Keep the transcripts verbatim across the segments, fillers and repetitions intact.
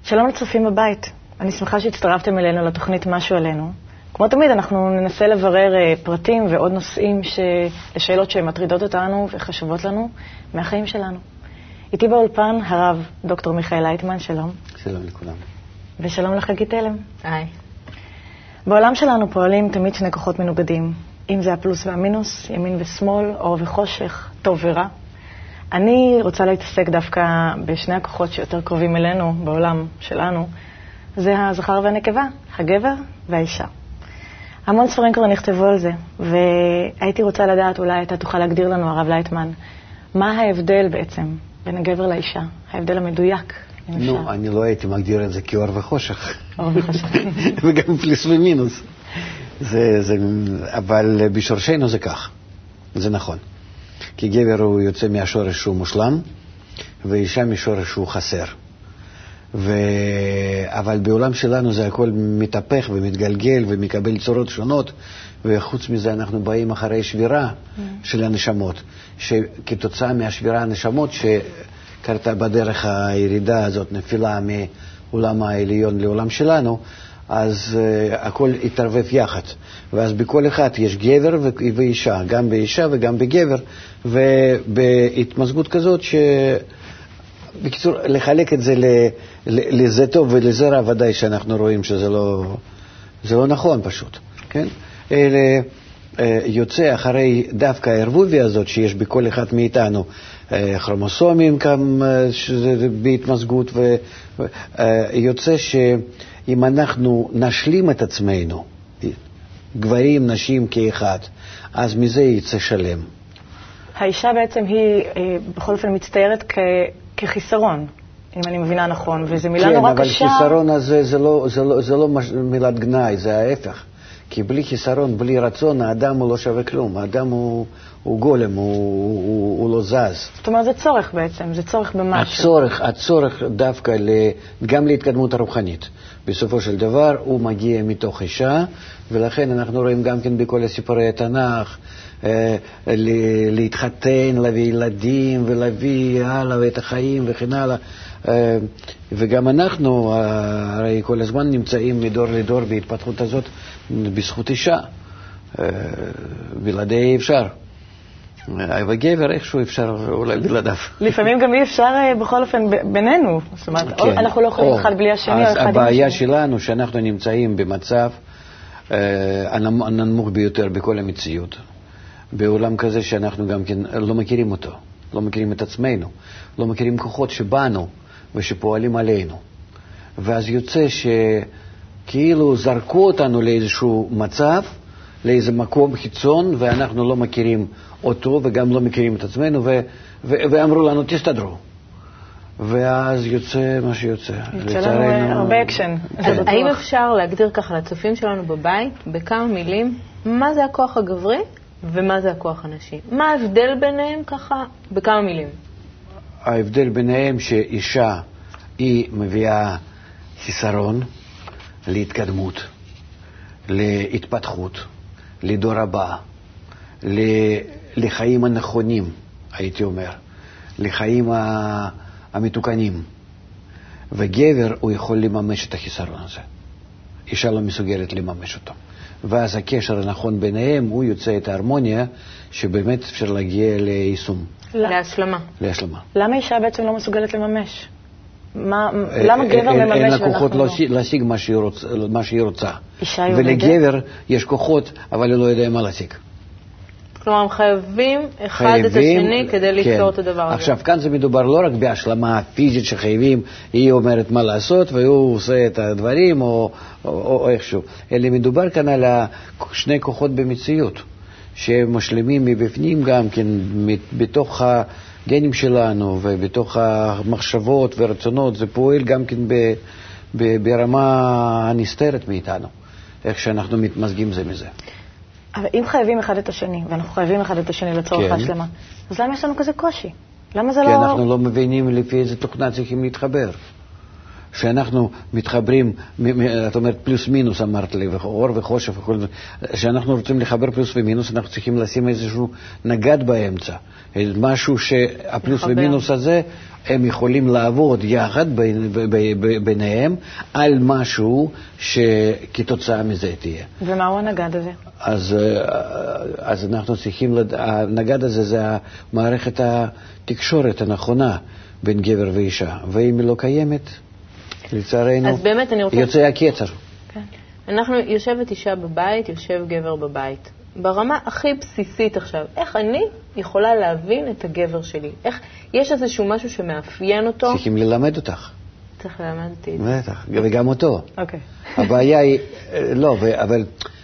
שלום לצופים בבית. אני שמחה שהצטרפתם אלינו לתוכנית משהו עלינו. כמו תמיד, אנחנו ננסה לברר פרטים ועוד נושאים ש... לשאלות שמטרידות אותנו וחשובות לנו מהחיים שלנו. איתי באולפן הרב דוקטור מיכאל לייטמן, שלום. שלום לכולם. ושלום לחגית אלם. היי. בעולם שלנו פועלים תמיד שני כוחות מנוגדים. אם זה הפלוס והמינוס, ימין ושמאל, אור וחושך, טוב ורע. אני רוצה להתעסק דווקא בשני הכוחות שיותר קרובים אלינו בעולם שלנו. זה הזכר והנקבה, הגבר והאישה. המון ספרים כבר נכתבו על זה, והייתי רוצה לדעת, אולי אתה תוכל להגדיר לנו, הרב לייטמן, מה ההבדל בעצם בין הגבר לאישה? ההבדל המדויק, אם אפשר. נו, אני לא הייתי מגדיר את זה כאור וחושך. אור וחושך. וגם פלוס ומינוס. זה, זה, אבל בשורשנו זה כך. זה נכון. כי גבר הוא יוצא מהשורש שהוא מושלם, ואישה משורש שהוא חסר. ו... אבל בעולם שלנו זה הכל מתהפך ומתגלגל ומקבל צורות שונות, וחוץ מזה אנחנו באים אחרי שבירה mm. של הנשמות, שכתוצאה מהשבירה הנשמות שקרתה בדרך הירידה הזאת, נפילה מעולם העליון לעולם שלנו, אז uh, הכל התערבב יחד, ואז בכל אחד יש גבר ו- ואישה, גם באישה וגם בגבר, ובהתמזגות כזאת ש... בקיצור, לחלק את זה ל, ל, לזה טוב ולזה רע, ודאי שאנחנו רואים שזה לא, זה לא נכון פשוט, כן? אלה יוצא אחרי דווקא הערבוביה הזאת שיש בכל אחד מאיתנו, כרומוסומים כאן בהתמזגות, ויוצא שאם אנחנו נשלים את עצמנו, גברים, נשים כאחד, אז מזה יצא שלם. האישה בעצם היא בכל אופן מצטיירת כ... כחיסרון, אם אני מבינה נכון, וזו מילה כן, נורא קשה. כן, אבל חיסרון הזה זה לא, זה לא, זה לא מש... מילת גנאי, זה ההפך. כי בלי חיסרון, בלי רצון, האדם הוא לא שווה כלום. האדם הוא, הוא גולם, הוא, הוא, הוא לא זז. זאת אומרת, זה צורך בעצם, זה צורך במשהו. הצורך, הצורך דווקא ל... גם להתקדמות הרוחנית. בסופו של דבר הוא מגיע מתוך אישה, ולכן אנחנו רואים גם כן בכל הסיפורי התנ"ך, להתחתן, להביא ילדים ולהביא הלאה ואת החיים וכן הלאה. וגם אנחנו הרי כל הזמן נמצאים מדור לדור בהתפתחות הזאת בזכות אישה. בלעדי אי אפשר. וגבר איכשהו אפשר אולי בלעדיו. לפעמים גם אי אפשר בכל אופן בינינו. זאת אומרת, אנחנו לא יכולים אחד בלי השני או אחד עם השני. הבעיה שלנו שאנחנו נמצאים במצב הנמוך ביותר בכל המציאות. בעולם כזה שאנחנו גם כן לא מכירים אותו, לא מכירים את עצמנו, לא מכירים כוחות שבאנו ושפועלים עלינו. ואז יוצא שכאילו זרקו אותנו לאיזשהו מצב, לאיזה מקום חיצון, ואנחנו לא מכירים אותו וגם לא מכירים את עצמנו, ו- ו- ואמרו לנו תסתדרו. ואז יוצא מה שיוצא. יוצא לנו הרבה אקשן. האם אפשר להגדיר ככה לצופים שלנו בבית, בכמה מילים, מה זה הכוח הגברי ומה זה הכוח הנשי? מה ההבדל ביניהם ככה בכמה מילים? ההבדל ביניהם שאישה היא מביאה חיסרון להתקדמות, להתפתחות, לדור הבא, לחיים הנכונים, הייתי אומר, לחיים המתוקנים. וגבר הוא יכול לממש את החיסרון הזה. אישה לא מסוגלת לממש אותו. ואז הקשר הנכון ביניהם הוא יוצא את ההרמוניה שבאמת אפשר להגיע ליישום. להשלמה. להשלמה. למה אישה בעצם לא מסוגלת לממש? מה, למה גבר מממש אין לה ואנחנו כוחות לא? להשיג מה שהיא רוצה. מה שהיא רוצה. אישה היא עובדת? ולגבר יש כוחות, אבל היא לא יודע מה להשיג. כלומר, הם חייבים אחד את השני כדי לפתור את הדבר הזה. עכשיו, כאן זה מדובר לא רק בהשלמה פיזית שחייבים, היא אומרת מה לעשות, והוא עושה את הדברים, או, או, או איכשהו. אלא מדובר כאן על שני כוחות במציאות, שהם משלימים מבפנים גם כן, בתוך הגנים שלנו, ובתוך המחשבות ורצונות, זה פועל גם כן ב, ב, ברמה הנסתרת מאיתנו, איך שאנחנו מתמזגים זה מזה. אבל אם חייבים אחד את השני, ואנחנו חייבים אחד את השני לצורך כן. ההשלמה, אז למה יש לנו כזה קושי? למה זה כי לא... אנחנו לא מבינים לפי איזה תוכנה צריכים להתחבר. שאנחנו מתחברים, את אומרת פלוס מינוס אמרת לי, אור וחושך וכל זה, שאנחנו רוצים לחבר פלוס ומינוס, אנחנו צריכים לשים איזשהו נגד באמצע, משהו שהפלוס לחבר. ומינוס הזה, הם יכולים לעבוד יחד ביניהם על משהו שכתוצאה מזה תהיה. ומהו הנגד הזה? אז, אז אנחנו צריכים, לד... הנגד הזה זה מערכת התקשורת הנכונה בין גבר ואישה, ואם היא לא קיימת, לצערנו, אז באמת אני רוצה... יוצא הקצר. כן. אנחנו, יושבת אישה בבית, יושב גבר בבית. ברמה הכי בסיסית עכשיו, איך אני יכולה להבין את הגבר שלי? איך, יש איזשהו משהו שמאפיין אותו? צריכים ללמד אותך. צריך ללמד אותי. בטח, וגם אותו. אוקיי. הבעיה היא, לא, אבל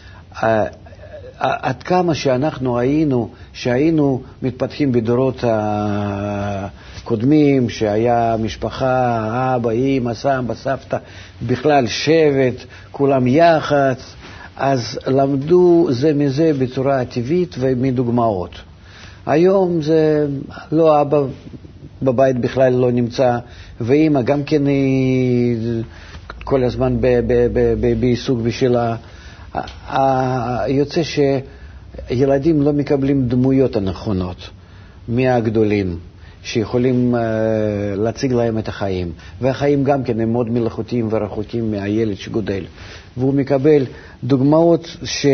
עד כמה שאנחנו היינו, שהיינו מתפתחים בדורות הקודמים, שהיה משפחה, אבא, אמא, סבא, סבתא, בכלל שבט, כולם יחד, אז למדו זה מזה בצורה טבעית ומדוגמאות. היום זה לא, אבא בבית בכלל לא נמצא, ואמא גם כן היא כל הזמן בעיסוק בשלה. יוצא שילדים לא מקבלים דמויות הנכונות מהגדולים, שיכולים להציג להם את החיים. והחיים גם כן הם מאוד מלאכותיים ורחוקים מהילד שגודל. והוא מקבל דוגמאות ש...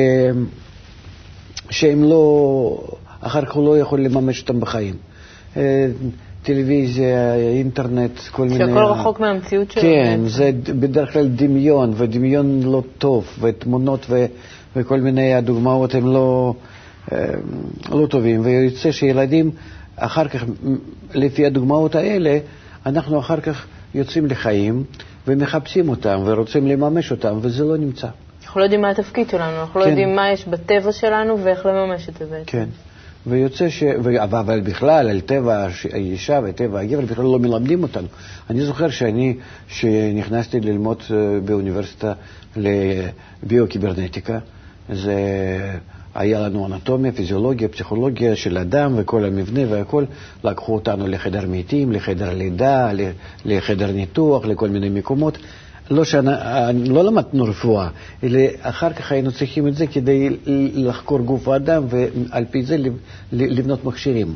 שהם לא, אחר כך הוא לא יכול לממש אותם בחיים. טלוויזיה, אינטרנט, כל מיני... שהכל רחוק מהמציאות שלו. כן, זה בדרך כלל דמיון, ודמיון לא טוב, ותמונות ו... וכל מיני הדוגמאות הם לא, לא טובים. ויוצא שילדים, אחר כך, לפי הדוגמאות האלה, אנחנו אחר כך יוצאים לחיים ומחפשים אותם ורוצים לממש אותם, וזה לא נמצא. אנחנו לא יודעים מה התפקיד שלנו, אנחנו כן. לא יודעים מה יש בטבע שלנו ואיך לממש את זה. כן, ויוצא ש... אבל בכלל, על טבע האישה וטבע הגבר, בכלל לא מלמדים אותנו. אני זוכר שאני, שנכנסתי ללמוד באוניברסיטה לביוקיברנטיקה, זה... היה לנו אנטומיה, פיזיולוגיה, פסיכולוגיה של אדם וכל המבנה והכל. לקחו אותנו לחדר מתים, לחדר לידה, לחדר ניתוח, לכל מיני מקומות. לא, שנה, לא למדנו רפואה, אלא אחר כך היינו צריכים את זה כדי לחקור גוף האדם ועל פי זה לבנות מכשירים.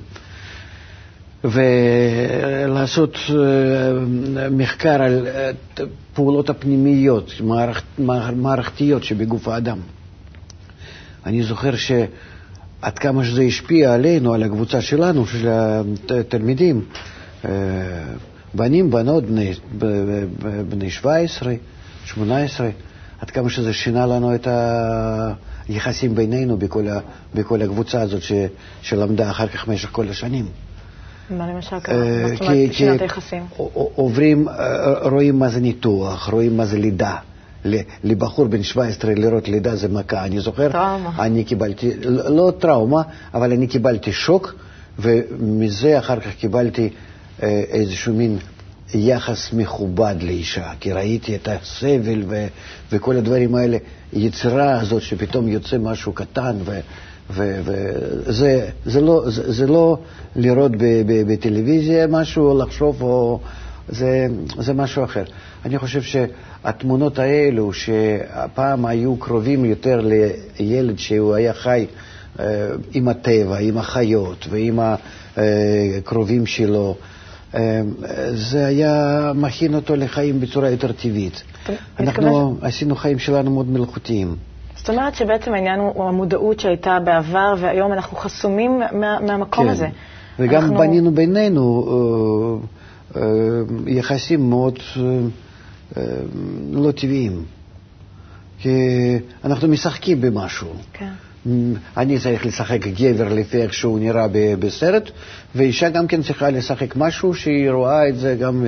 ולעשות מחקר על פעולות הפנימיות, מערכתיות שבגוף האדם. אני זוכר שעד כמה שזה השפיע עלינו, על הקבוצה שלנו, של התלמידים, בנים, בנות, בני, בני שבע עשרה, שמונה עשרה, עד כמה שזה שינה לנו את היחסים בינינו בכל, בכל הקבוצה הזאת ש, שלמדה אחר כך במשך כל השנים. מה למשל קרה? מה זאת אומרת שינת היחסים? עוברים, רואים מה זה ניתוח, רואים מה זה לידה. לבחור בן שבע עשרה לראות לידה זה מכה. אני זוכר, טראומה. אני קיבלתי, לא טראומה, אבל אני קיבלתי שוק, ומזה אחר כך קיבלתי איזשהו מין יחס מכובד לאישה, כי ראיתי את הסבל ו- וכל הדברים האלה, יצירה הזאת שפתאום יוצא משהו קטן, וזה זה לא, זה, זה לא לראות ב- ב- בטלוויזיה משהו, או לחשוב, או זה, זה משהו אחר. אני חושב שהתמונות האלו, שהפעם היו קרובים יותר לילד שהוא היה חי אה, עם הטבע, עם החיות ועם הקרובים שלו, אה, זה היה מכין אותו לחיים בצורה יותר טבעית. אנחנו עשינו חיים שלנו מאוד מלאכותיים. זאת אומרת שבעצם העניין הוא המודעות שהייתה בעבר, והיום אנחנו חסומים מה, מהמקום כן. הזה. וגם אנחנו... בנינו בינינו אה, אה, יחסים מאוד אה, לא טבעיים. כי אנחנו משחקים במשהו. כן. אני צריך לשחק גבר לפי איך שהוא נראה בסרט, ואישה גם כן צריכה לשחק משהו שהיא רואה את זה גם...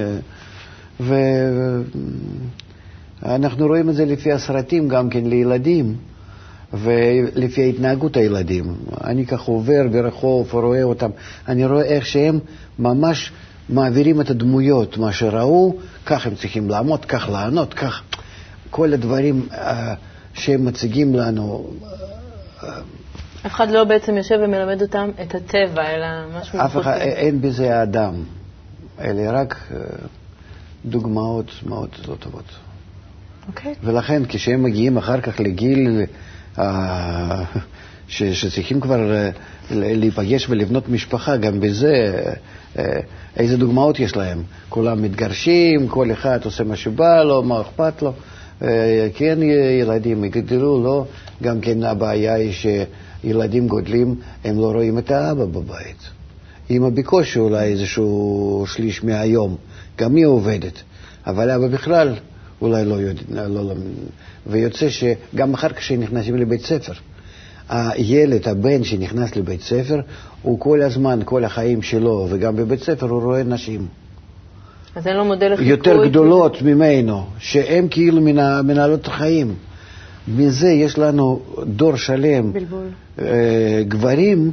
ואנחנו רואים את זה לפי הסרטים גם כן לילדים, ולפי התנהגות הילדים. אני כך עובר ברחוב ורואה אותם, אני רואה איך שהם ממש מעבירים את הדמויות, מה שראו, כך הם צריכים לעמוד, כך לענות, כך. כל הדברים uh, שהם מציגים לנו... אף אחד לא בעצם יושב ומלמד אותם את הטבע, אלא משהו... אף אחד, אין בזה האדם, אלא רק uh, דוגמאות מאוד לא טובות. אוקיי. ולכן כשהם מגיעים אחר כך לגיל ש, שצריכים כבר להיפגש ולבנות משפחה, גם בזה איזה דוגמאות יש להם. כולם מתגרשים, כל אחד עושה מה שבא לו, מה אכפת לו. כן, ילדים יגדלו, לא. גם כן הבעיה היא שילדים גודלים, הם לא רואים את האבא בבית. אמא בקושי אולי איזשהו שליש מהיום, גם היא עובדת. אבל אבא בכלל אולי לא יודע, לא, ויוצא שגם אחר כך שנכנסים לבית ספר, הילד, הבן שנכנס לבית ספר, הוא כל הזמן, כל החיים שלו, וגם בבית ספר הוא רואה נשים. אז אין לו מודל לחיקוי. יותר גדולות ממנו, שהם כאילו מנהלות החיים. מזה יש לנו דור שלם. בלבול. גברים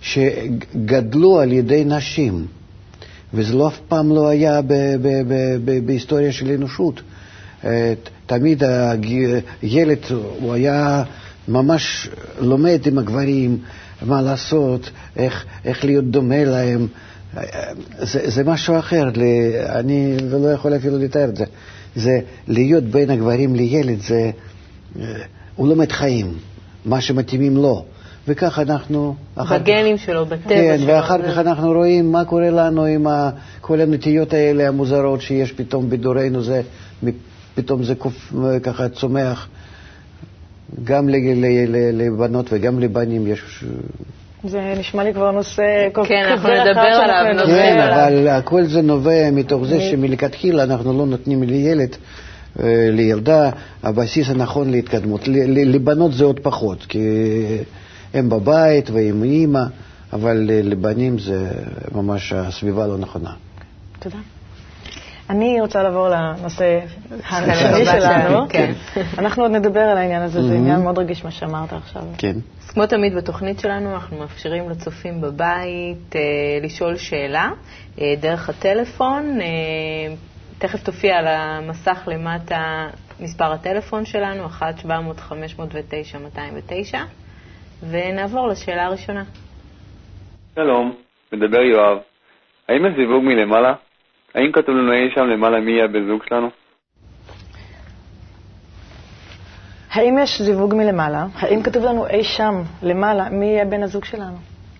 שגדלו על ידי נשים. וזה לא אף פעם לא היה ב- ב- ב- ב- בהיסטוריה של האנושות. תמיד הילד הוא היה ממש לומד עם הגברים מה לעשות, איך, איך להיות דומה להם. זה, זה משהו אחר, אני לא יכול אפילו לתאר את זה. זה להיות בין הגברים לילד, זה, הוא לומד חיים, מה שמתאימים לו. וכך אנחנו... בגנים כך, שלו, בטבע כן, שלו. ואחר כך אנחנו רואים מה קורה לנו עם כל הנטיות האלה המוזרות שיש פתאום בדורנו, זה, פתאום זה קוף, ככה צומח. גם לבנות וגם לבנים יש... זה נשמע לי כבר נושא כל כך... כן, אנחנו נדבר עליו. כן, אבל הכל זה נובע מתוך זה שמלכתחילה אנחנו לא נותנים לילד, לילדה, הבסיס הנכון להתקדמות. לבנות זה עוד פחות, כי הם בבית ועם אימא, אבל לבנים זה ממש הסביבה לא נכונה. תודה. אני רוצה לעבור לנושא השני שלנו. אנחנו עוד נדבר על העניין הזה, זה עניין מאוד רגיש מה שאמרת עכשיו. כן. כמו תמיד בתוכנית שלנו, אנחנו מאפשרים לצופים בבית לשאול שאלה דרך הטלפון. תכף תופיע על המסך למטה מספר הטלפון שלנו, אחת שבע מאות חמש מאות ותשע מאתיים ותשע, ונעבור לשאלה הראשונה. שלום, מדבר יואב. האם הזיווג מלמעלה? האם כתוב לנו אי שם למעלה מי יהיה בזוג שלנו? האם יש זיווג מלמעלה? האם כתוב לנו אי שם למעלה מי יהיה בן הזוג שלנו?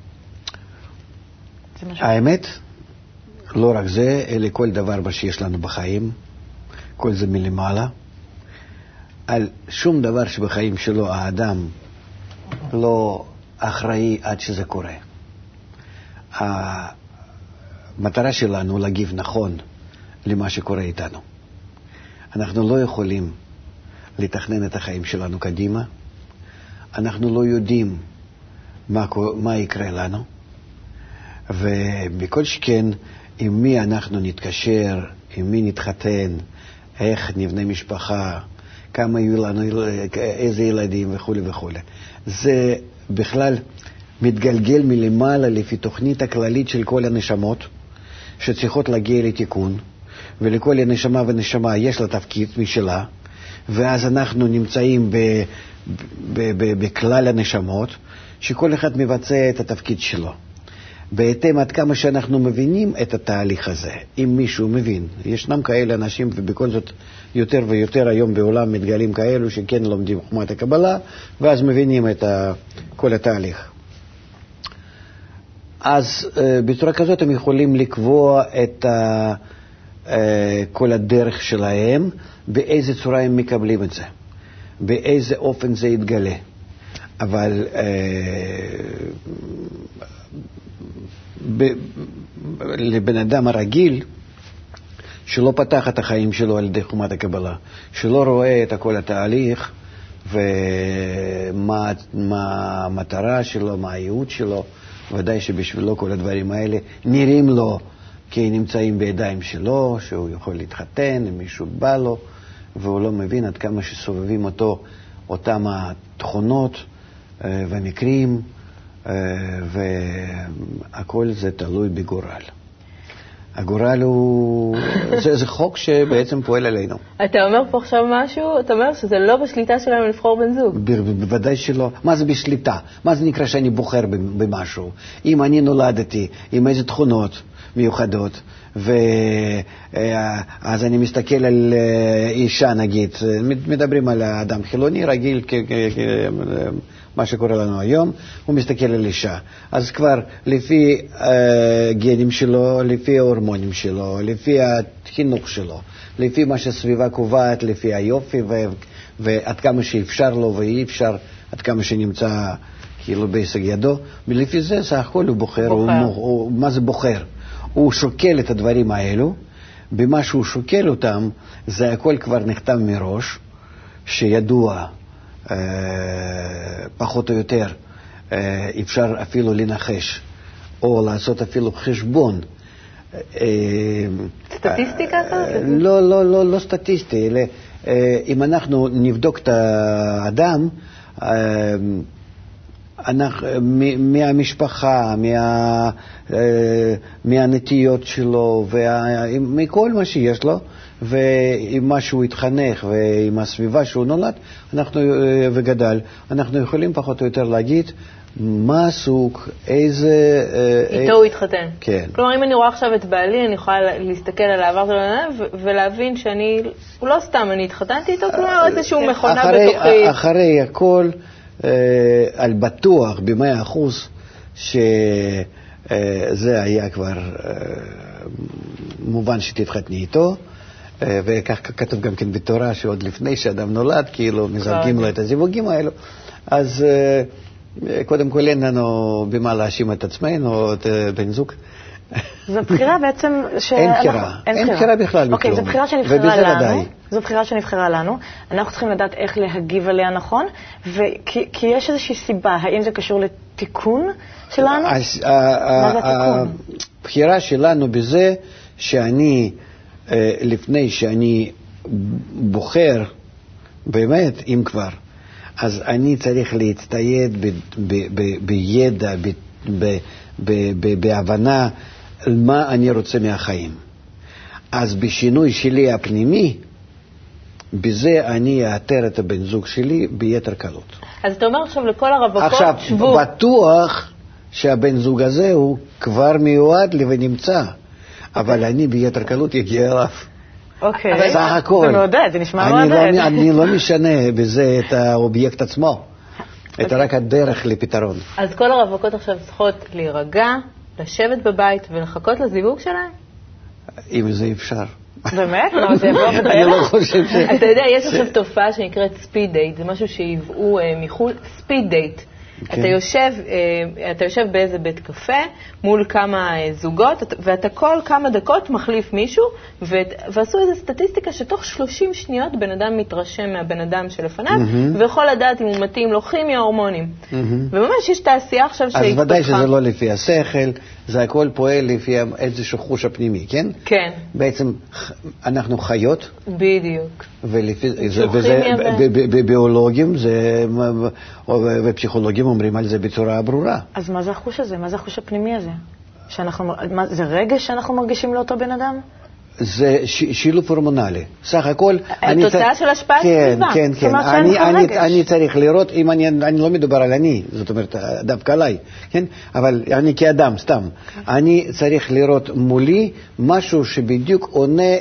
האמת, לא רק זה, אלא כל דבר שיש לנו בחיים, כל זה מלמעלה. על שום דבר שבחיים שלו האדם לא אחראי עד שזה קורה. המטרה שלנו להגיב נכון למה שקורה איתנו. אנחנו לא יכולים לתכנן את החיים שלנו קדימה. אנחנו לא יודעים מה, מה יקרה לנו. ובכל שכן, עם מי אנחנו נתקשר, עם מי נתחתן, איך נבנה משפחה, כמה יהיו לנו, איזה ילדים וכו' וכו'. זה בכלל מתגלגל מלמעלה לפי תוכנית הכללית של כל הנשמות, שצריכות להגיע לתיקון, ולכל הנשמה ונשמה יש לה תפקיד משלה, ואז אנחנו נמצאים ב, ב, ב, בכלל הנשמות, שכל אחד מבצע את התפקיד שלו. בהתאם עד כמה שאנחנו מבינים את התהליך הזה, אם מישהו מבין. ישנם כאלה אנשים, ובכל זאת יותר ויותר היום בעולם מתגלים כאלו שכן לומדים חוכמת הקבלה, ואז מבינים את כל התהליך. אז בצורה כזאת הם יכולים לקבוע את כל הדרך שלהם, באיזה צורה הם מקבלים את זה, באיזה אופן זה יתגלה. אבל ב, לבן אדם הרגיל שלא פתח את החיים שלו על ידי חוכמת הקבלה, שלא רואה את כל התהליך ומה מה המטרה שלו, מה הייעוד שלו, ודאי שבשבילו כל הדברים האלה נראים לו כי נמצאים בידיים שלו, שהוא יכול להתחתן אם מישהו בא לו, והוא לא מבין עד כמה שסובבים אותו אותם התכונות והמקרים, והכל זה תלוי בגורל. הגורל הוא, זה, זה חוק שבעצם פועל עלינו. אתה אומר פה עכשיו משהו, אתה אומר שזה לא בשליטה שלנו לבחור בן זוג. בוודאי שלא. מה זה בשליטה? מה זה נקרא שאני בוחר במשהו? אם אני נולדתי עם איזה תכונות, מיוחדות, ואז אני מסתכל על אישה, נגיד, מדברים על האדם חילוני רגיל, מה שקורה לנו היום, הוא מסתכל על אישה. אז כבר לפי גנים שלו, לפי ההורמונים שלו, לפי החינוך שלו, לפי מה שהסביבה קובעת, לפי היופי, ועד כמה שאפשר לו ואי אפשר, עד כמה שנמצא כאילו בהישג ידו, ולפי זה סך הכל הוא בוחר, בוחר. הוא, הוא, מה זה בוחר? הוא שוקל את הדברים האלו, במה שהוא שוקל אותם, זה הכל כבר נכתב מראש, שידוע אה, פחות או יותר, אה, אפשר אפילו לנחש, או לעשות אפילו חשבון. אה, סטטיסטיקה? אה, לא, לא, לא, לא סטטיסטי, אלא אה, אם אנחנו נבדוק את האדם, אה, אנחנו, מהמשפחה, מה, מהנטיות שלו, מכל מה שיש לו, ועם מה שהוא התחנך, ועם הסביבה שהוא נולד, אנחנו, וגדל, אנחנו יכולים פחות או יותר להגיד מה הסוג, איזה... איתו הוא התחתן. כן. כלומר, אם אני רואה עכשיו את בעלי, אני יכולה להסתכל על העבר שלו ולהבין שאני, הוא לא סתם, אני התחתן איתו, כלומר, איזשהו מכונה בתוכי. אחרי הכל, על בטוח במאה אחוז שזה היה כבר מובן שתתחתני איתו, וכך כתוב גם כן בתורה שעוד לפני שאדם נולד, כאילו מזווגים לו את הזיווגים האלו. אז קודם כל אין לנו במה להאשים את עצמנו או את בן זוג. זו בחירה בעצם אין בחירה, אין בחירה בכלל. אוקיי, זו בחירה שנבחרה לנו. זו בחירה שנבחרה לנו. אנחנו צריכים לדעת איך להגיב עליה נכון, כי יש איזושהי סיבה. האם זה קשור לתיקון שלנו? מה זה התיקון? הבחירה שלנו בזה שאני, לפני שאני בוחר, באמת, אם כבר, אז אני צריך להצטייד בידע, בהבנה מה אני רוצה מהחיים. אז בשינוי שלי הפנימי, בזה אני אאתר את הבן זוג שלי ביתר קלות. אז אתה אומר עכשיו לכל הרווקות עכשיו, שבו. עכשיו, בטוח שהבן זוג הזה הוא כבר מיועד לי ונמצא, אבל אני ביתר קלות יגיע אליו. אוקיי. סך הכל. זה מעודד, זה נשמע מעודד. אני לא משנה בזה את האובייקט עצמו, את רק הדרך לפתרון. אז כל הרווקות עכשיו צריכות להירגע, לשבת בבית ולחכות לזיווג שלהם? אם זה אפשר. באמת? לא, זה יבוא בדרך? אני לא חושב ש... אתה יודע, יש עכשיו תופעה שנקראת ספיד דייט, זה משהו שהיוו מחול, ספיד דייט. אתה יושב, אתה יושב באיזה בית קפה מול כמה זוגות, ואתה כל כמה דקות מחליף מישהו, ועשו איזו סטטיסטיקה שתוך שלושים שניות בן אדם מתרשם מהבן אדם שלפניו, ויכול לדעת אם הוא מתאים לו כימיה או הורמונים. וממש יש תעשייה עכשיו שהתפתחה. אז ודאי שזה לא לפי השכל, זה הכל פועל לפי איזשהו חוש הפנימי, כן? כן. בעצם אנחנו חיות. בדיוק. וזה ביולוגים ופסיכולוגים אומרים על זה בצורה ברורה. אז מה זה החוש הזה? מה זה החוש הפנימי הזה? זה רגש שאנחנו מרגישים לאותו בן אדם? זה שילוב הורמונלי. סך הכל... התוצאה של השפעת סביבה. כן, כן, כן. אני צריך לראות, אם אני לא מדבר על אני, זאת אומרת, דווקא עליי, כן? אבל אני כאדם, סתם. אני צריך לראות מולי משהו שבדיוק עונה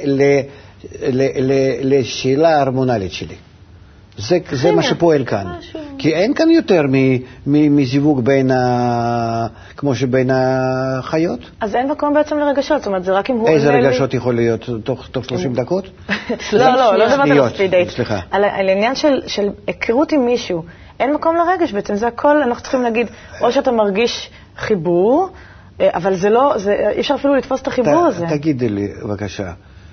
לשאלה ההורמונלית שלי. זה, זה מה שפועל כאן. משהו. כי אין כאן יותר מזיווג בין ה... כמו שבין החיות. אז אין מקום בעצם לרגשות, זאת אומרת, זה רק אם הוא... איזה רגשות יכול להיות תוך, תוך שלושים דקות? לא, לא, לא דבר על הספיד דייט. סליחה. על, על עניין של, של היכרות עם מישהו, אין מקום לרגש בעצם, זה הכל, אנחנו צריכים להגיד, או שאתה מרגיש חיבור, אבל זה לא, זה, אי אפשר אפילו לתפוס את החיבור ת, הזה. תגידי לי, בבקשה.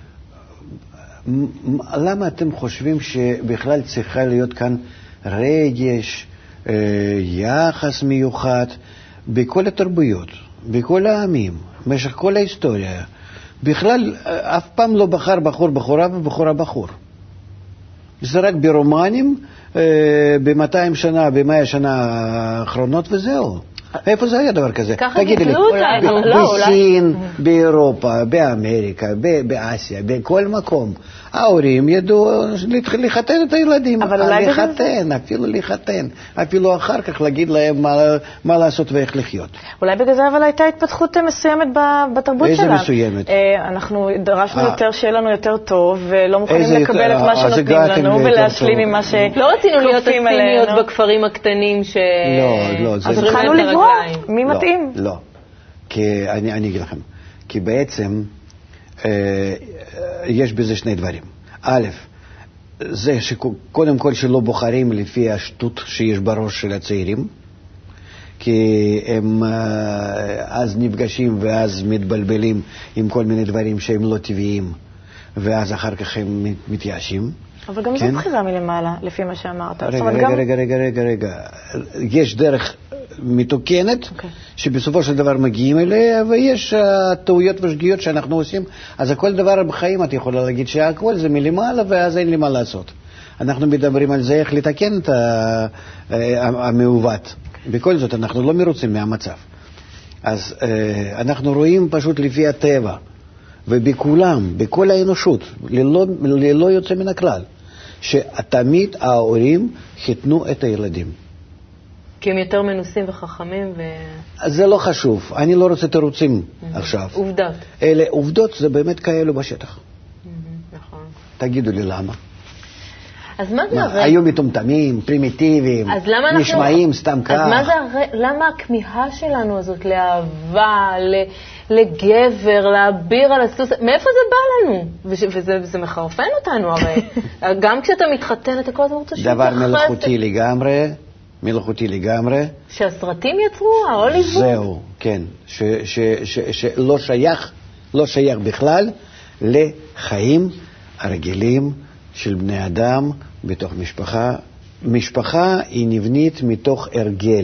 למה אתם חושבים שבכלל צריכה להיות כאן רגש, יחס מיוחד בכל התרבויות, בכל העמים, במשך כל ההיסטוריה? בכלל אף פעם לא בחר בחור בחורה ובחורה בחור. זה רק ברומנים, ב-מאתיים שנה, ב-מאה שנה האחרונות וזהו. איפה זה היה דבר כזה? תגידי לי, בסין, באירופה, באמריקה, באסיה, בכל מקום. ההורים ידעו לחתן את הילדים, אבל אולי לחתן, אפילו לחתן, אפילו אחר כך להגיד להם מה, מה לעשות ואיך לחיות. אולי בגלל זה אבל הייתה התפתחות מסוימת בתרבות איזה שלנו. איזה מסוימת? אנחנו דרשנו יותר שיהיה לנו יותר טוב, ולא מוכנים לקבל את מה שנותנים לנו, ולהשלים עם מה שכופים עלינו. לא רצינו להיות הסיניות בכפרים הקטנים ש... לא, לא. אז התחלנו לברוח, מי מתאים? לא, כי אני, אני אגיד לכם, כי בעצם אה, יש בזה שני דברים. א', זה שקודם כל שלא בוחרים לפי השטות שיש בראש של הצעירים, כי הם אז נפגשים ואז מתבלבלים עם כל מיני דברים שהם לא טבעיים, ואז אחר כך הם מתייאשים. אבל גם כן? זו בחירה מלמעלה, לפי מה שאמרת. רגע, רגע, גם... רגע, רגע, רגע, רגע. יש דרך מתוקנת, okay. שבסופו של דבר מגיעים אליה, ויש uh, טעויות ושגיאות שאנחנו עושים. אז כל דבר בחיים את יכולה להגיד שהכל זה מלמעלה, ואז אין לי מה לעשות. אנחנו מדברים על זה, איך לתקן את המעוות. בכל זאת, אנחנו לא מרוצים מהמצב. אז uh, אנחנו רואים פשוט לפי הטבע, ובכולם, בכל האנושות, ללא, ללא יוצא מן הכלל, שתמיד ההורים חיתנו את הילדים. כי הם יותר מנוסים וחכמים ו... זה לא חשוב, אני לא רוצה תירוצים עכשיו. עובדות. אלה עובדות, זה באמת כאלו בשטח. נכון. תגידו לי למה. אז מה זה הרי... היו מטומטמים, פרימיטיביים, נשמעים סתם כך. אז מה זה הרי... למה הכמיהה שלנו הזאת לאהבה, לגבר, להביר על הסוס... מאיפה זה בא לנו? וזה מחרפן אותנו הרי. גם כשאתה מתחתן, אתה כל הזמן רוצה שתתייחס... דבר מלאכותי לגמרי, מלאכותי לגמרי. שהסרטים יצרו, ההוליווד? זהו, כן. שלא שייך, לא שייך בכלל לחיים הרגילים של בני אדם בתוך משפחה. משפחה היא נבנית מתוך הרגל,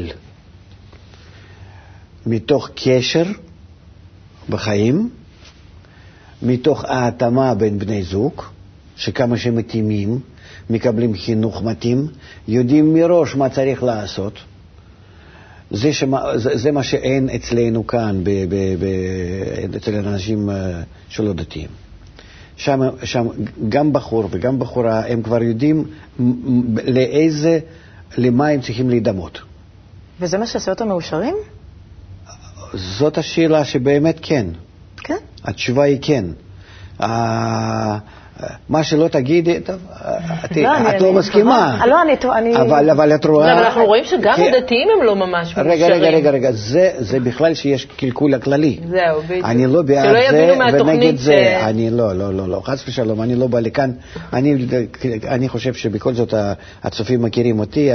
מתוך קשר בחיים, מתוך ההתאמה בין בני זוג, שכמה שמתאימים, מקבלים חינוך מתאים, יודעים מראש מה צריך לעשות. זה, שמה, זה, זה מה שאין אצלנו כאן, ב, ב, ב, אצל אנשים שלא דתיים. שם, שם גם בחור וגם בחורה, הם כבר יודעים לאיזה, למה הם צריכים להידמות. וזה מה שעושה אותם מאושרים? זאת השאלה שבאמת כן. כן? התשובה היא כן. מה שלא תגידי, את לא מסכימה. לא, אני... אבל את רואה... אבל אנחנו רואים שגם הדתיים הם לא ממש מאושרים. רגע, רגע, רגע, רגע, זה בכלל שיש קלקול הכללי. זהו, בדיוק. אני לא בעד זה ונגד זה. אני לא, לא, לא, לא, חס ושלום, אני לא בא לכאן. אני חושב שבכל זאת הצופים מכירים אותי,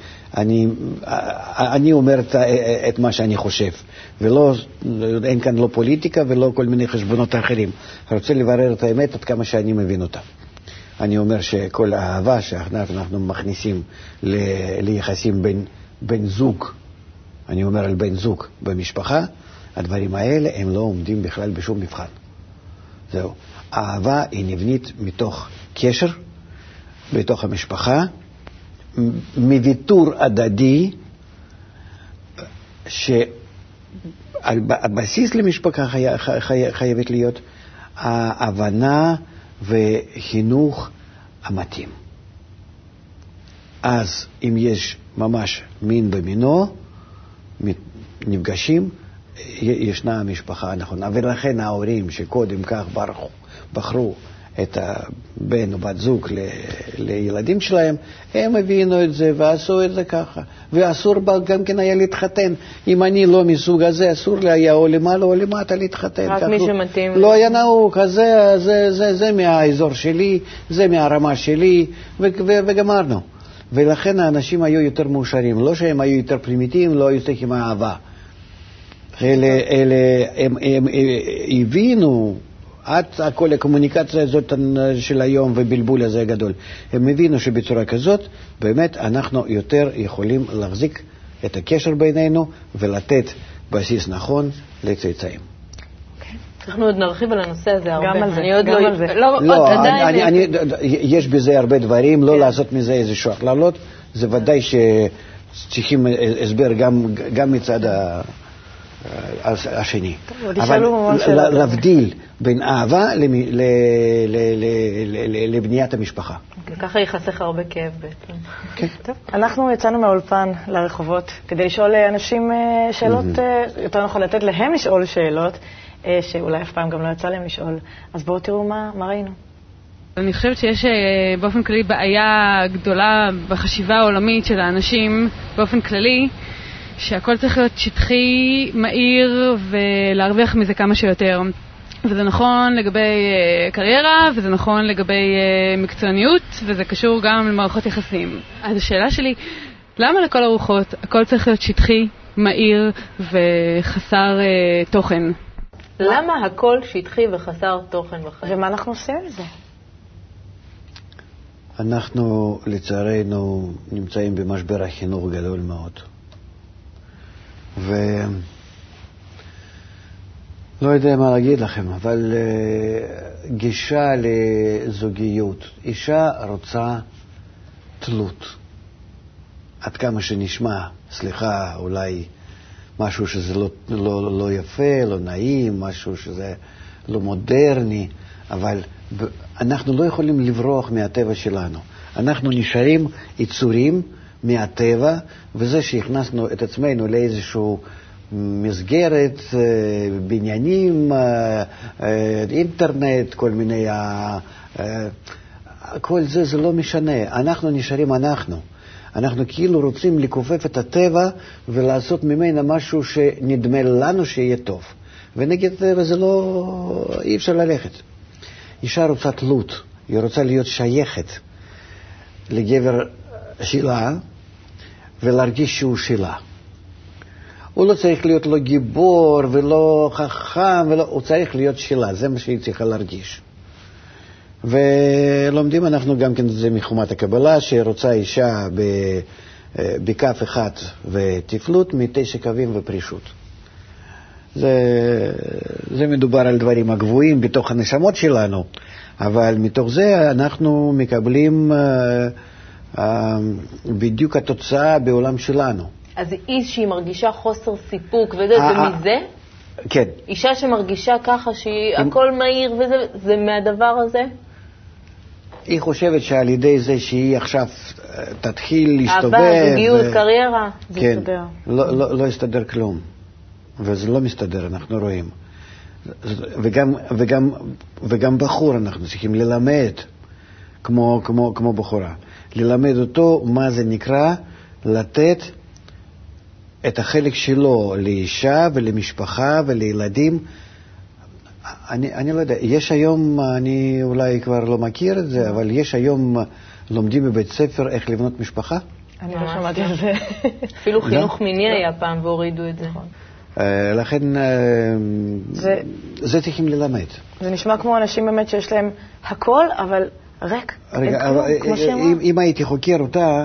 אני אומר את מה שאני חושב. ולא, אין כאן לא פוליטיקה ולא כל מיני חשבונות אחרים. אני רוצה לברר את האמת עד כמה שאני מבין אותה. אני אומר שכל האהבה שאנחנו מכניסים ל- ליחסים בין, בין זוג, אני אומר על בין זוג במשפחה, הדברים האלה הם לא עומדים בכלל בשום מבחן. זהו. האהבה היא נבנית מתוך קשר, בתוך המשפחה, מוויתור הדדי, שהבסיס למשפחה חי, חי, חייבת להיות ההבנה וחינוך המתאים. אז אם יש ממש מין במינו, נפגשים, ישנה המשפחה הנכונה. ולכן ההורים שקודם כך בחרו, בחרו את הבן או בת זוג ל, לילדים שלהם, הם הבינו את זה ועשו את זה ככה. ואסור גם כן היה להתחתן. אם אני לא מסוג הזה, אסור לי היה או למעלה או למטה להתחתן. רק מי שמתאים. לא היה נהוג, אז זה, זה, זה, זה מהאזור שלי, זה מהרמה שלי, ו, ו, וגמרנו. ולכן האנשים היו יותר מאושרים. לא שהם היו יותר פרימיטיביים, לא היו צריכים אהבה. אלה, אלה, הם, הם, הם הבינו... עד כל הקומוניקציה הזאת של היום ובלבול הזה הגדול. הם הבינו שבצורה כזאת, באמת אנחנו יותר יכולים להחזיק את הקשר בינינו ולתת בסיס נכון לצאצאים. אנחנו עוד נרחיב על הנושא הזה הרבה. גם על זה, אני גם על זה. לא, יש בזה הרבה דברים, לא לעשות מזה איזשהו הכללות, זה ודאי שצריכים הסבר גם מצד השני. טוב, אבל להבדיל בין אהבה לבניית המשפחה. ככה ייחסך הרבה כאב בעצם. כן. טוב, אנחנו יצאנו מהאולפן לרחובות כדי לשאול אנשים שאלות, יותר נכון לתת להם לשאול שאלות, שאולי אף פעם גם לא יצא להם לשאול. אז בואו תראו מה ראינו. אני חושבת שיש באופן כללי בעיה גדולה בחשיבה העולמית של האנשים באופן כללי, שהכל צריך להיות שטחי, מהיר ולהרוויח מזה כמה שיותר. וזה נכון לגבי קריירה, וזה נכון לגבי מקצועניות, וזה קשור גם למערכות יחסים. אז השאלה שלי, למה לכל הרוחות הכל צריך להיות שטחי, מהיר וחסר תוכן? למה הכל שטחי וחסר תוכן בחיים? ומה אנחנו עושים עם זה? אנחנו לצערנו נמצאים במשבר החינוך גדול מאוד. ולא יודע מה להגיד לכם, אבל uh, גישה לזוגיות. אישה רוצה תלות. עד כמה שנשמע, סליחה, אולי משהו שזה לא, לא, לא יפה, לא נעים, משהו שזה לא מודרני, אבל אנחנו לא יכולים לברוח מהטבע שלנו. אנחנו נשארים יצורים מהטבע, וזה שהכנסנו את עצמנו לאיזשהו מסגרת, בניינים, אינטרנט, כל מיני, כל זה, זה לא משנה. אנחנו נשארים אנחנו. אנחנו כאילו רוצים לכופף את הטבע ולעשות ממנה משהו שנדמה לנו שיהיה טוב. ונגד טבע זה לא, אי אפשר ללכת. אישה רוצה תלות, היא רוצה להיות שייכת לגבר שלה ולהרגיש שהוא שלה. הוא לא צריך להיות לא גיבור ולא חכם, ולא, הוא צריך להיות שלה, זה מה שהיא צריכה להרגיש. ולומדים אנחנו גם כן זה מחומת הקבלה, שרוצה אישה בכף אחד ותפלות, מתשע קווים ופרישות. זה, זה מדובר על דברים הגבוהים בתוך הנשמות שלנו, אבל מתוך זה אנחנו מקבלים uh, uh, בדיוק התוצאה בעולם שלנו. אז איש שהיא מרגישה חוסר סיפוק, וזה זה מזה? כן. אישה שמרגישה ככה שהכל מהיר, וזה זה מהדבר הזה? היא חושבת שעל ידי זה שהיא עכשיו תתחיל להסתובב... אהבה, זוגיות, ו... קריירה, זה כן, יסתדר. לא, לא, לא יסתדר כלום. וזה לא מסתדר, אנחנו רואים. וגם, וגם, וגם בחור אנחנו צריכים ללמד, כמו, כמו, כמו בחורה. ללמד אותו מה זה נקרא לתת את החלק שלו לאישה ולמשפחה ולילדים. אני, אני לא יודע, יש היום, אני אולי כבר לא מכיר את זה, אבל יש היום לומדים בבית ספר איך לבנות משפחה? אני לא שמעתי על זה. אפילו חינוך מיני היה פעם והורידו את זה. לכן זה, זה צריכים ללמד. זה נשמע כמו אנשים באמת שיש להם הכל, אבל ריק. רגע, אם, אם הייתי חוקר אותה,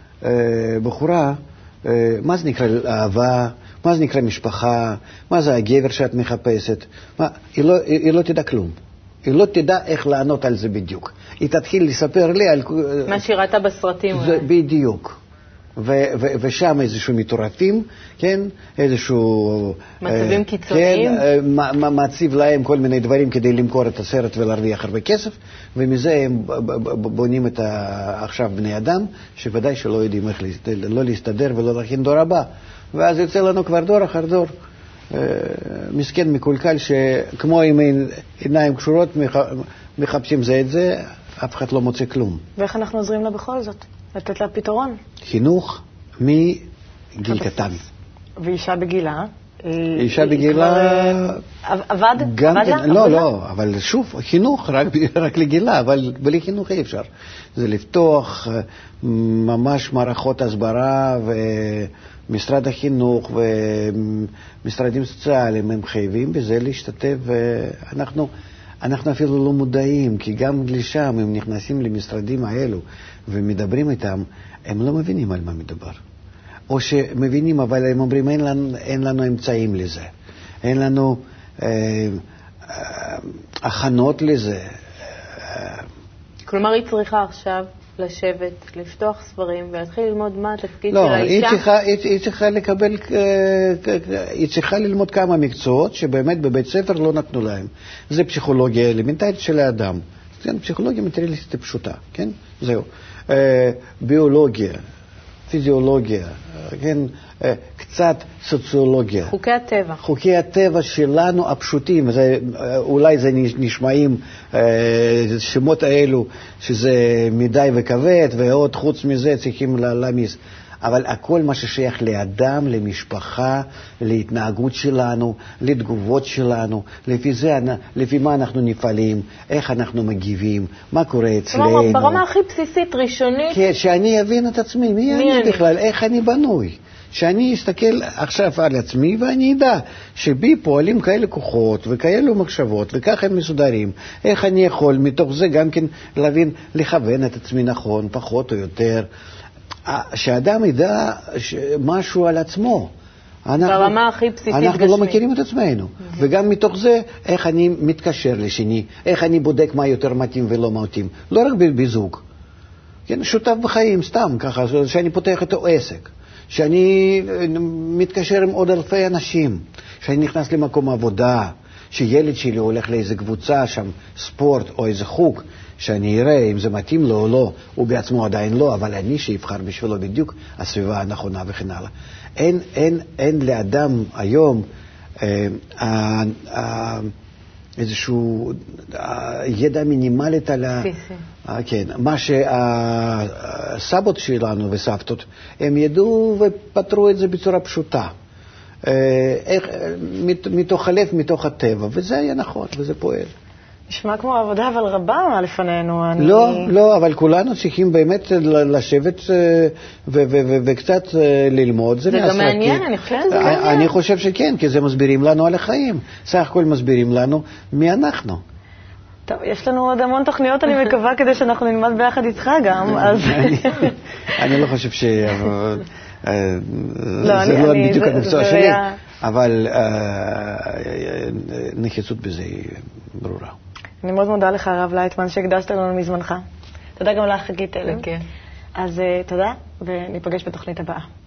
בחורה, מה זה נקרא אהבה, מה זה נקרא משפחה, מה זה הגבר שאת מחפשת, מה, היא, לא, היא, היא לא תדע כלום. היא לא תדע איך לענות על זה בדיוק. היא תתחיל לספר לי על... מה שראתה בסרטים. זה, בדיוק. ו- ו- ושם איזשהו מטורפים, כן, איזשהו... מצבים אה, קיצוניים. כן, אה, מציב להם כל מיני דברים כדי למכור את הסרט ולהרוויח הרבה כסף, ומזה הם בונים את ה- עכשיו בני אדם, שוודאי שלא יודעים איך להסתדר, לא להסתדר ולא להכין דור הבא. ואז יוצא לנו כבר דור אחר דור, אה, מסכן מקולקל, שכמו עם עיניים קשורות מחפשים זה את זה, אף אחד לא מוצא כלום. ואיך אנחנו עוזרים לה בכל זאת? לתת לה פתרון. חינוך מגיל קטן. ואישה בגילה? אישה בגילה... עבד? גם כן, לא, לא, אבל שוב, חינוך רק, רק לגילה, אבל בלי חינוך אי אפשר. זה לפתוח ממש מערכות הסברה, ומשרד החינוך ומשרדים סוציאליים, הם חייבים בזה להשתתף, ואנחנו... אנחנו אפילו לא מודעים, כי גם לשם הם נכנסים למשרדים האלו ומדברים איתם, הם לא מבינים על מה מדבר. או שמבינים, אבל הם אומרים, אין לנו, אין לנו אמצעים לזה. אין לנו אה, אה, הכנות לזה. כלומר, היא צריכה עכשיו לשבת, לפתוח ספרים ולהתחיל ללמוד מה התפקיד לא, של האישה? היא צריכה, היא, היא צריכה לקבל, היא צריכה ללמוד כמה מקצועות שבאמת בבית ספר לא נתנו להם. זה פסיכולוגיה אלמנטרית של האדם. כן, פסיכולוגיה מטריאליסטית פשוטה, כן? זהו. ביולוגיה, פיזיולוגיה, כן? קצת סוציולוגיה. חוקי הטבע. חוקי הטבע שלנו הפשוטים, זה, אולי זה נשמעים שמות האלו שזה מדי וכבד, ועוד חוץ מזה צריכים להמיס. אבל הכל מה ששייך לאדם, למשפחה, להתנהגות שלנו, לתגובות שלנו, לפי זה, לפי מה אנחנו נפעלים, איך אנחנו מגיבים, מה קורה אצלנו. כלומר, ברמה הכי בסיסית, ראשונית. כן, שאני אבין את עצמי, מי, מי אני, אני בכלל, איך אני בנוי. שאני אסתכל עכשיו על עצמי ואני אדע שבי פועלים כאלה כוחות וכאלו מחשבות וכך הם מסודרים. איך אני יכול מתוך זה גם כן להבין, לכוון את עצמי נכון, פחות או יותר. שאדם ידע משהו על עצמו. אנחנו, ברמה הכי בסיסית גשמית. אנחנו לא מכירים את עצמנו. Mm-hmm. וגם מתוך זה, איך אני מתקשר לשני, איך אני בודק מה יותר מתאים ולא מתאים. לא רק בזוג. כן, שותף בחיים, סתם ככה, שאני פותח את העסק. שאני מתקשר עם עוד אלפי אנשים. שאני נכנס למקום עבודה. שילד שלי הולך לאיזה קבוצה שם, ספורט או איזה חוג, שאני אראה אם זה מתאים לו או לא, הוא בעצמו עדיין לא, אבל אני שיבחר בשבילו בדיוק הסביבה הנכונה וכן הלאה. אין, אין, אין לאדם היום אה, אה, אה, איזשהו אה, ידע מינימלית על ה... אה, כן, מה שהסבות שלנו וסבתות, הם ידעו ופתרו את זה בצורה פשוטה. איך, מתוך הלב, מתוך הטבע, וזה היה נכון, וזה פועל. נשמע כמו עבודה, אבל רבה לפנינו. אני... לא, לא, אבל כולנו צריכים באמת לשבת וקצת ללמוד. זה גם מעניין, אני חושבת שזה מעניין. אני חושב שכן, כי זה מסבירים לנו על החיים. סך הכל מסבירים לנו מי אנחנו. טוב, יש לנו עוד המון תוכניות, אני מקווה, כדי שאנחנו נלמד ביחד איתך גם, אז... אני לא חושב ש... זה לא בדיוק המקצוע שלי, אבל נחיצות בזה היא ברורה. אני מאוד מודה לך, הרב לייטמן, שהקדשת לנו מזמנך. תודה גם לך, חגית אלם. אז תודה, וניפגש בתוכנית הבאה.